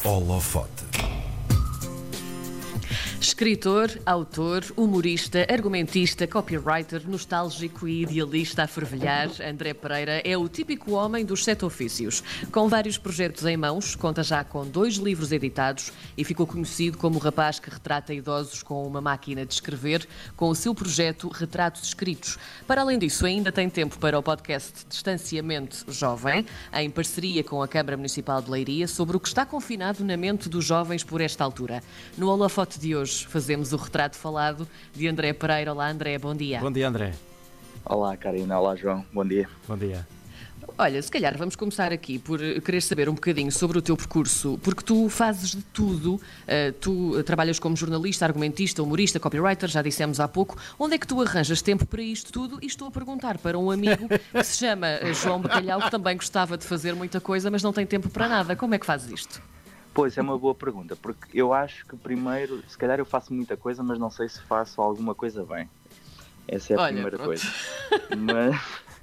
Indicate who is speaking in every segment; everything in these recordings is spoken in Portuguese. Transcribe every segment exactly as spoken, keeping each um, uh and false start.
Speaker 1: Holofote.
Speaker 2: Escritor, autor, humorista, argumentista, copywriter, nostálgico e idealista a fervilhar, André Pereira é o típico homem dos sete ofícios. Com vários projetos em mãos, conta já com dois livros editados e ficou conhecido como o rapaz que retrata idosos com uma máquina de escrever, com o seu projeto Retratos Escritos. Para além disso, ainda tem tempo para o podcast Distanciamento Jovem, em parceria com a Câmara Municipal de Leiria, sobre o que está confinado na mente dos jovens por esta altura. No holofote de hoje, fazemos o retrato falado de André Pereira. Olá, André, bom dia.
Speaker 3: Bom dia, André.
Speaker 4: Olá, Karina. Olá, João. Bom dia.
Speaker 3: Bom dia.
Speaker 2: Olha, se calhar vamos começar aqui por querer saber um bocadinho sobre o teu percurso, porque tu fazes de tudo. Uh, tu trabalhas como jornalista, argumentista, humorista, copywriter, já dissemos há pouco. Onde é que tu arranjas tempo para isto tudo? E estou a perguntar para um amigo que se chama João Bacalhau, que também gostava de fazer muita coisa, mas não tem tempo para nada. Como é que fazes isto?
Speaker 4: Pois, é uma boa pergunta, porque eu acho que primeiro, se calhar eu faço muita coisa, mas não sei se faço alguma coisa bem. Essa é a
Speaker 2: Olha,
Speaker 4: primeira
Speaker 2: pronto.
Speaker 4: coisa. Mas,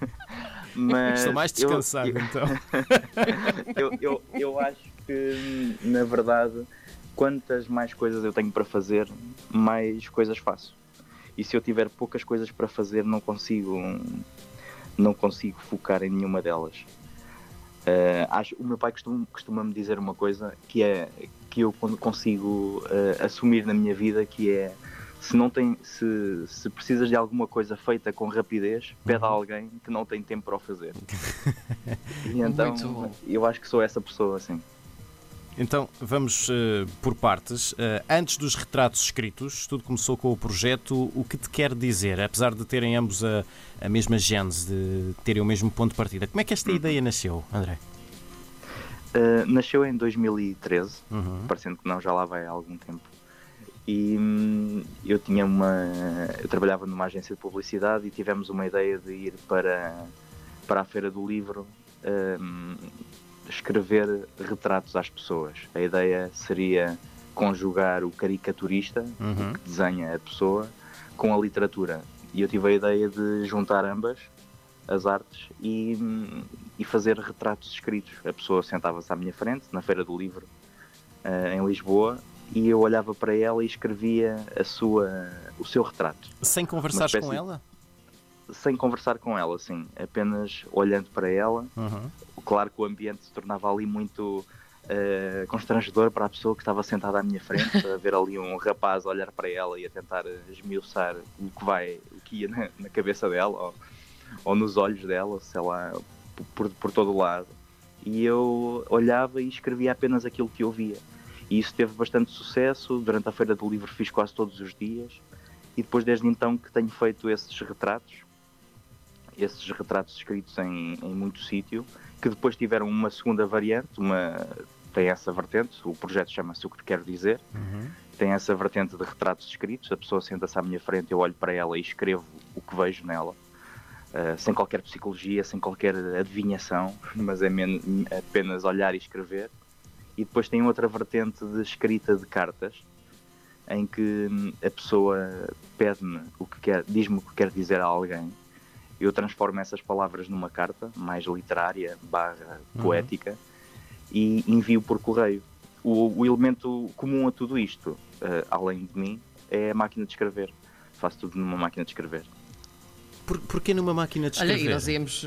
Speaker 4: mas
Speaker 3: Estou mais descansado,
Speaker 4: eu,
Speaker 3: então.
Speaker 4: eu, eu, eu acho que, na verdade, quantas mais coisas eu tenho para fazer, mais coisas faço. E se eu tiver poucas coisas para fazer, não consigo, não consigo focar em nenhuma delas. Uh, acho, o meu pai costuma, costuma-me dizer uma coisa que é que eu consigo uh, assumir na minha vida, que é se, não tem, se, se precisas de alguma coisa feita com rapidez, pede a alguém que não tem tempo para o fazer. E então eu acho que sou essa pessoa, assim.
Speaker 3: Então vamos uh, por partes. Uh, antes dos retratos escritos, tudo começou com o projeto O que te quer dizer, apesar de terem ambos a, a mesma gênese, de terem o mesmo ponto de partida. Como é que esta ideia nasceu, André?
Speaker 4: Uh, nasceu em dois mil e treze,
Speaker 3: Uhum.
Speaker 4: parecendo que não, já lá vai há algum tempo. E hum, eu tinha uma. Eu trabalhava numa agência de publicidade e tivemos uma ideia de ir para, para a Feira do Livro. Um, escrever retratos às pessoas. A ideia seria conjugar o caricaturista,
Speaker 3: Uhum.
Speaker 4: o que desenha a pessoa, com a literatura. E eu tive a ideia de juntar ambas as artes e, e fazer retratos escritos. A pessoa sentava-se à minha frente, na Feira do Livro, uh, em Lisboa, e eu olhava para ela e escrevia a sua, o seu retrato.
Speaker 3: Sem conversares
Speaker 4: espécie-
Speaker 3: com ela?
Speaker 4: Sem conversar com ela, sim. Apenas olhando para ela.
Speaker 3: Uhum.
Speaker 4: Claro que o ambiente se tornava ali muito uh, constrangedor para a pessoa que estava sentada à minha frente, a ver ali um rapaz a olhar para ela e a tentar esmiuçar o que vai, o que ia na, na cabeça dela ou, ou nos olhos dela, sei lá, por, por todo o lado. E eu olhava e escrevia apenas aquilo que eu via. E isso teve bastante sucesso. Durante a Feira do Livro fiz quase todos os dias e depois desde então que tenho feito esses retratos, esses retratos escritos em, em muito sítio, que depois tiveram uma segunda variante, uma, tem essa vertente, o projeto chama-se O que te quero dizer,
Speaker 3: Uhum.
Speaker 4: tem essa vertente de retratos escritos, a pessoa senta-se à minha frente, eu olho para ela e escrevo o que vejo nela, uh, sem qualquer psicologia, sem qualquer adivinhação, mas é men- apenas olhar e escrever. E depois tem outra vertente de escrita de cartas, em que hum, a pessoa pede-me o que quer, diz-me o que quer dizer a alguém. Eu transformo essas palavras numa carta mais literária, barra poética, uhum. e envio por correio. O, o elemento comum a tudo isto, uh, além de mim, é a máquina de escrever. Faço tudo numa máquina de escrever.
Speaker 3: Por, porquê numa máquina de escrever?
Speaker 2: Olha, e nós íamos...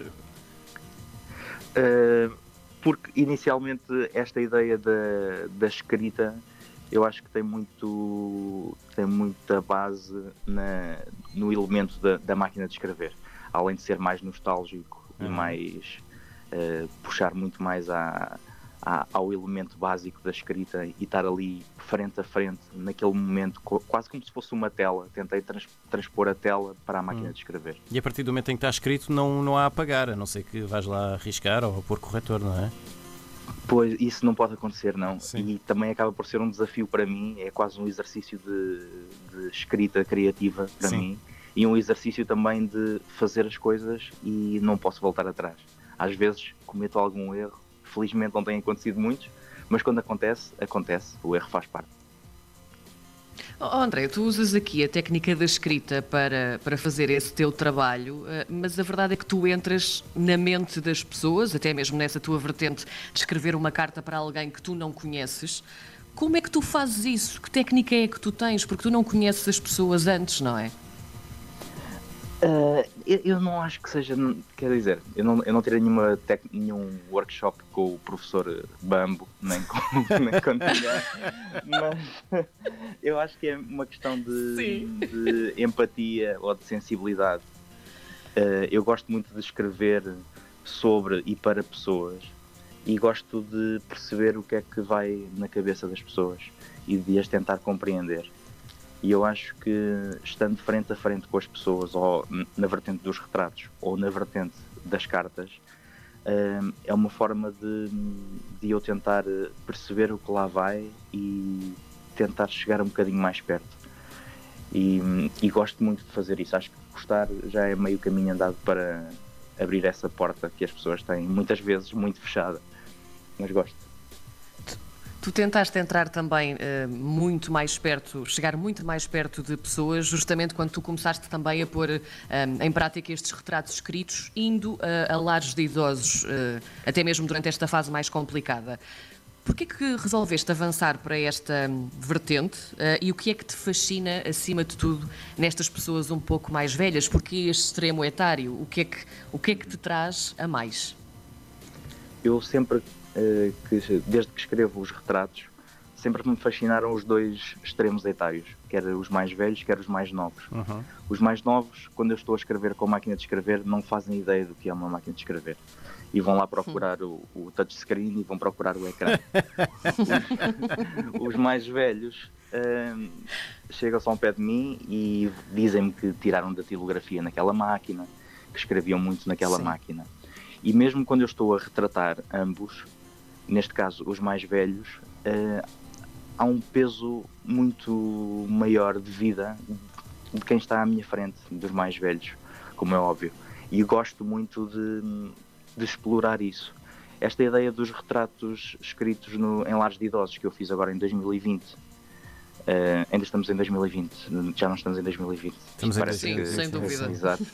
Speaker 4: Uh, porque inicialmente esta ideia da, da escrita, eu acho que tem muito tem muita base na, no elemento da, da máquina de escrever. Além de ser mais nostálgico uhum. e mais uh, puxar muito mais à, à, ao elemento básico da escrita e estar ali frente a frente naquele momento, quase como se fosse uma tela. Tentei trans, transpor a tela para a máquina uhum. de escrever.
Speaker 3: E a partir do momento em que está escrito não, não há a apagar, a não ser que vais lá arriscar ou pôr corretor, não é?
Speaker 4: Pois, isso não pode acontecer, não.
Speaker 3: Sim.
Speaker 4: E também acaba por ser um desafio para mim, é quase um exercício de, de escrita criativa para
Speaker 3: Sim.
Speaker 4: mim. E um exercício também de fazer as coisas e não posso voltar atrás. Às vezes cometo algum erro, felizmente não tem acontecido muitos, mas quando acontece, acontece, o erro faz parte.
Speaker 2: Oh, André, tu usas aqui a técnica da escrita para, para fazer esse teu trabalho, eh, mas a verdade é que tu entras na mente das pessoas, até mesmo nessa tua vertente de escrever uma carta para alguém que tu não conheces. Como é que tu fazes isso? Que técnica é que tu tens? Porque tu não conheces as pessoas antes, não é?
Speaker 4: Uh, eu, eu não acho que seja, quer dizer, eu não, eu não tirei nenhuma tec, nenhum workshop com o professor Bambo, nem com, nem com ninguém, mas eu acho que é uma questão de, de empatia ou de sensibilidade. Uh, eu gosto muito de escrever sobre e para pessoas e gosto de perceber o que é que vai na cabeça das pessoas e de as tentar compreender. E eu acho que, estando frente a frente com as pessoas, ou na vertente dos retratos, ou na vertente das cartas, é uma forma de, de eu tentar perceber o que lá vai e tentar chegar um bocadinho mais perto. E, e gosto muito de fazer isso. Acho que gostar já é meio caminho andado para abrir essa porta que as pessoas têm, muitas vezes muito fechada, mas gosto.
Speaker 2: Tu tentaste entrar também uh, muito mais perto, chegar muito mais perto de pessoas, justamente quando tu começaste também a pôr um, em prática estes retratos escritos, indo uh, a lares de idosos, uh, até mesmo durante esta fase mais complicada. Porquê que resolveste avançar para esta um, vertente uh, e o que é que te fascina, acima de tudo, nestas pessoas um pouco mais velhas? Porque este extremo etário, o que é que, o que é que te traz a mais?
Speaker 4: Eu sempre... Que, desde que escrevo os retratos, sempre me fascinaram os dois extremos etários, quer os mais velhos, quer os mais novos. Uhum. Os mais novos, quando eu estou a escrever com a máquina de escrever, não fazem ideia do que é uma máquina de escrever. E vão lá procurar o, o touchscreen e vão procurar o ecrã. os, os mais velhos hum, chegam-se ao pé de mim e dizem-me que tiraram da tilografia naquela máquina, que escreviam muito naquela Sim. máquina. E mesmo quando eu estou a retratar ambos, neste caso os mais velhos, uh, há um peso muito maior de vida de quem está à minha frente, dos mais velhos, como é óbvio. E eu gosto muito de, de explorar isso. Esta ideia dos retratos escritos no, em lares de idosos, que eu fiz agora em dois mil e vinte, uh, ainda estamos em dois mil e vinte, já não estamos em dois mil e vinte.
Speaker 2: Estamos em dois mil e vinte, sem dúvida.
Speaker 4: Exato.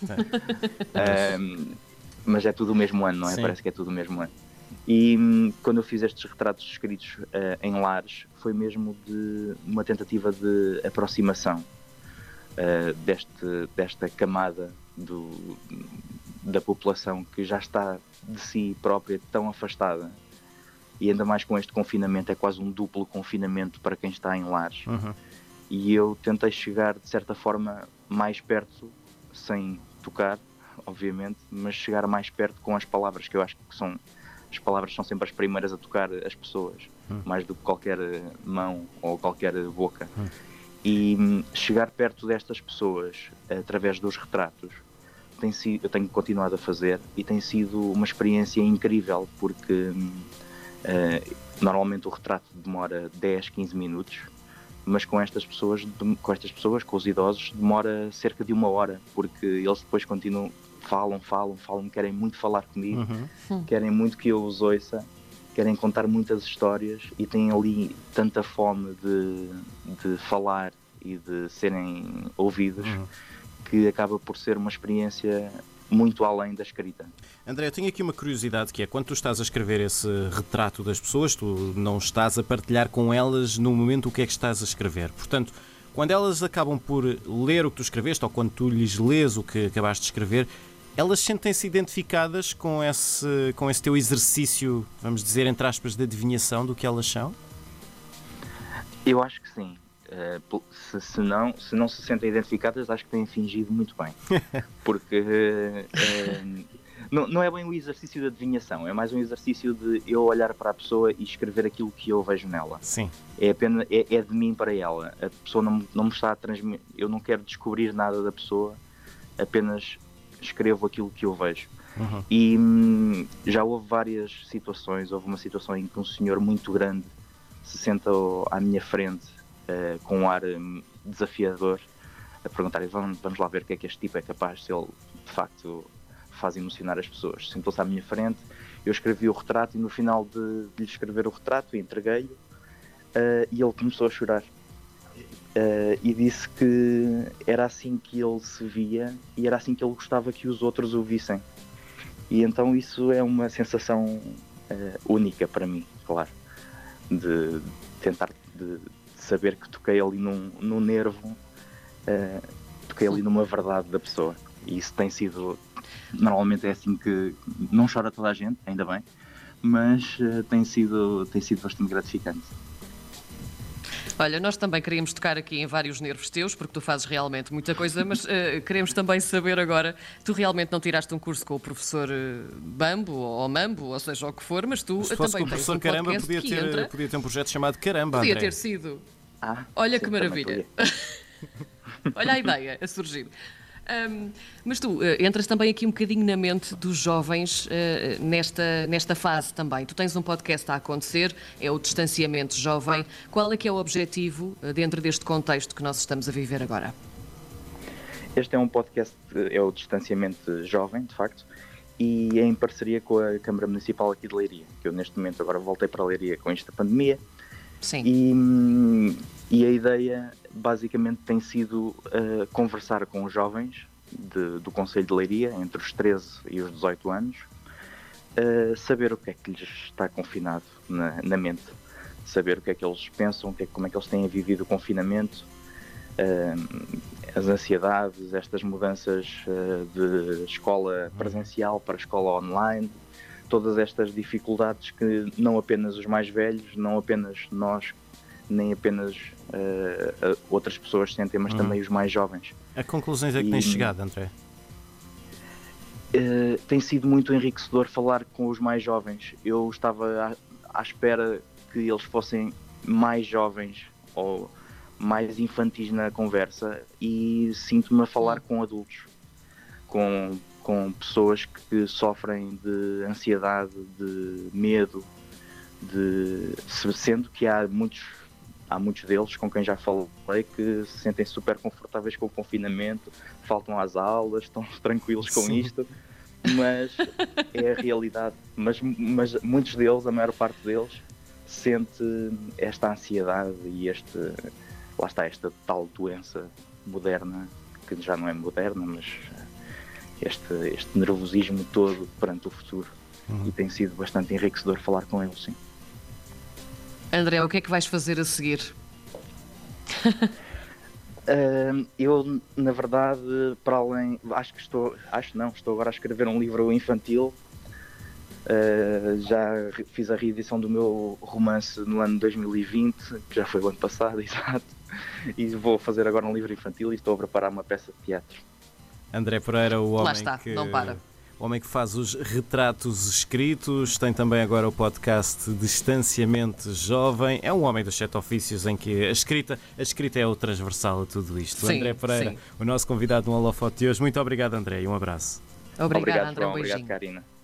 Speaker 4: uh, mas é tudo o mesmo ano, não é? Sim. Parece que é tudo o mesmo ano. E hum, quando eu fiz estes retratos escritos uh, em lares, foi mesmo de uma tentativa de aproximação uh, deste, desta camada do, da população que já está de si própria tão afastada. E ainda mais com este confinamento, é quase um duplo confinamento para quem está em lares. Uhum. E eu tentei chegar, de certa forma, mais perto, sem tocar, obviamente, mas chegar mais perto com as palavras, que eu acho que são as palavras são sempre as primeiras a tocar as pessoas, hum. mais do que qualquer mão ou qualquer boca. Hum. E hum, chegar perto destas pessoas através dos retratos tem sido, eu tenho continuado a fazer e tem sido uma experiência incrível, porque hum, uh, normalmente o retrato demora dez, quinze minutos, mas com estas pessoas, com estas pessoas, com os idosos, demora cerca de uma hora, porque eles depois continuam, falam, falam, falam, querem muito falar comigo, uhum. querem muito que eu os ouça, querem contar muitas histórias e têm ali tanta fome de, de falar e de serem ouvidos, uhum. que acaba por ser uma experiência muito além da escrita.
Speaker 3: André, eu tenho aqui uma curiosidade, que é, quando tu estás a escrever esse retrato das pessoas, tu não estás a partilhar com elas no momento o que é que estás a escrever. Portanto, quando elas acabam por ler o que tu escreveste, ou quando tu lhes lês o que acabaste de escrever, elas sentem-se identificadas com esse, com esse teu exercício, vamos dizer, entre aspas, de adivinhação do que elas são?
Speaker 4: Eu acho que sim. Uh, se, se, não, se não se sentem identificadas, acho que têm fingido muito bem. Porque uh, uh, não, não é bem um exercício de adivinhação, é mais um exercício de eu olhar para a pessoa e escrever aquilo que eu vejo nela.
Speaker 3: Sim.
Speaker 4: É, apenas, é, é de mim para ela. A pessoa não, não me está a transmitir. Eu não quero descobrir nada da pessoa, apenas escrevo aquilo que eu vejo. Uhum. E hum, já houve várias situações. Houve uma situação em que um senhor muito grande se senta à minha frente, Uh, com um ar um, desafiador, a perguntar, vamos, vamos lá ver o que é que este tipo é capaz, se ele de facto faz emocionar as pessoas. Sentou-se à minha frente, eu escrevi o retrato e no final de, de lhe escrever o retrato, entreguei-lhe uh, e ele começou a chorar. uh, e disse que era assim que ele se via e era assim que ele gostava que os outros o vissem. E então isso é uma sensação uh, única para mim, claro, de tentar de saber que toquei ali num, num nervo, uh, toquei ali numa verdade da pessoa. E isso tem sido, normalmente é assim que não chora toda a gente, ainda bem, mas uh, tem sido, tem sido bastante gratificante.
Speaker 2: Olha, nós também queríamos tocar aqui em vários nervos teus, porque tu fazes realmente muita coisa, mas uh, queremos também saber agora, tu realmente não tiraste um curso com o professor uh, Bambo ou Mambo, ou seja, o que for, mas tu
Speaker 3: Se
Speaker 2: uh,
Speaker 3: fosse
Speaker 2: também
Speaker 3: com o
Speaker 2: tens
Speaker 3: professor
Speaker 2: um
Speaker 3: Caramba,
Speaker 2: podcast
Speaker 3: podia
Speaker 2: que
Speaker 3: ter,
Speaker 2: entra.
Speaker 3: podia ter um projeto chamado Caramba,
Speaker 2: Podia
Speaker 3: André.
Speaker 2: ter sido.
Speaker 4: Ah,
Speaker 2: Olha
Speaker 4: sim,
Speaker 2: que maravilha. Olha a ideia a surgir. Um, mas tu uh, entras também aqui um bocadinho na mente dos jovens uh, nesta, nesta fase também. Tu tens um podcast a acontecer, é o Distanciamento Jovem. Qual é que é o objetivo uh, dentro deste contexto que nós estamos a viver agora?
Speaker 4: Este é um podcast, é o Distanciamento Jovem, de facto, e é em parceria com a Câmara Municipal aqui de Leiria, que eu neste momento agora voltei para a Leiria com esta pandemia.
Speaker 2: Sim.
Speaker 4: E, e a ideia basicamente tem sido uh, conversar com os jovens de, do Concelho de Leiria, entre os treze e os dezoito anos, uh, saber o que é que lhes está confinado na, na mente, saber o que é que eles pensam, o que é, como é que eles têm vivido o confinamento, uh, as ansiedades, estas mudanças uh, de escola presencial para escola online, todas estas dificuldades que não apenas os mais velhos, não apenas nós, nem apenas uh, outras pessoas sentem, mas uhum. também os mais jovens.
Speaker 3: A conclusões é que e, tens chegado, André?
Speaker 4: Uh, tem sido muito enriquecedor falar com os mais jovens. Eu estava à, à espera que eles fossem mais jovens ou mais infantis na conversa e sinto-me a falar com adultos, com, com pessoas que sofrem de ansiedade, de medo, de, sendo que há muitos Há muitos deles com quem já falei que se sentem super confortáveis com o confinamento, faltam às aulas, estão tranquilos com Sim. isto, mas é a realidade. Mas, mas muitos deles, a maior parte deles, sente esta ansiedade e este, lá está, esta tal doença moderna, que já não é moderna, mas este, este nervosismo todo perante o futuro. Uhum. E tem sido bastante enriquecedor falar com eles, sim.
Speaker 2: André, o que é que vais fazer a seguir?
Speaker 4: uh, eu, na verdade, para além, acho que estou, acho não, estou agora a escrever um livro infantil. Uh, já fiz a reedição do meu romance no ano dois mil e vinte, que já foi o ano passado, exato, e vou fazer agora um livro infantil e estou a preparar uma peça de teatro.
Speaker 3: André Pereira, o homem
Speaker 2: Lá está,
Speaker 3: que...
Speaker 2: não para.
Speaker 3: O homem que faz os retratos escritos, tem também agora o podcast Distanciamento Jovem. É um homem dos sete ofícios em que a escrita, a escrita é o transversal a tudo isto.
Speaker 2: Sim,
Speaker 3: André Pereira,
Speaker 2: sim.
Speaker 3: o nosso convidado no Holofote de hoje. Muito obrigado, André, e um abraço.
Speaker 2: Obrigado,
Speaker 4: obrigado
Speaker 2: André, um
Speaker 4: João,
Speaker 2: beijinho.
Speaker 4: obrigado, Karina.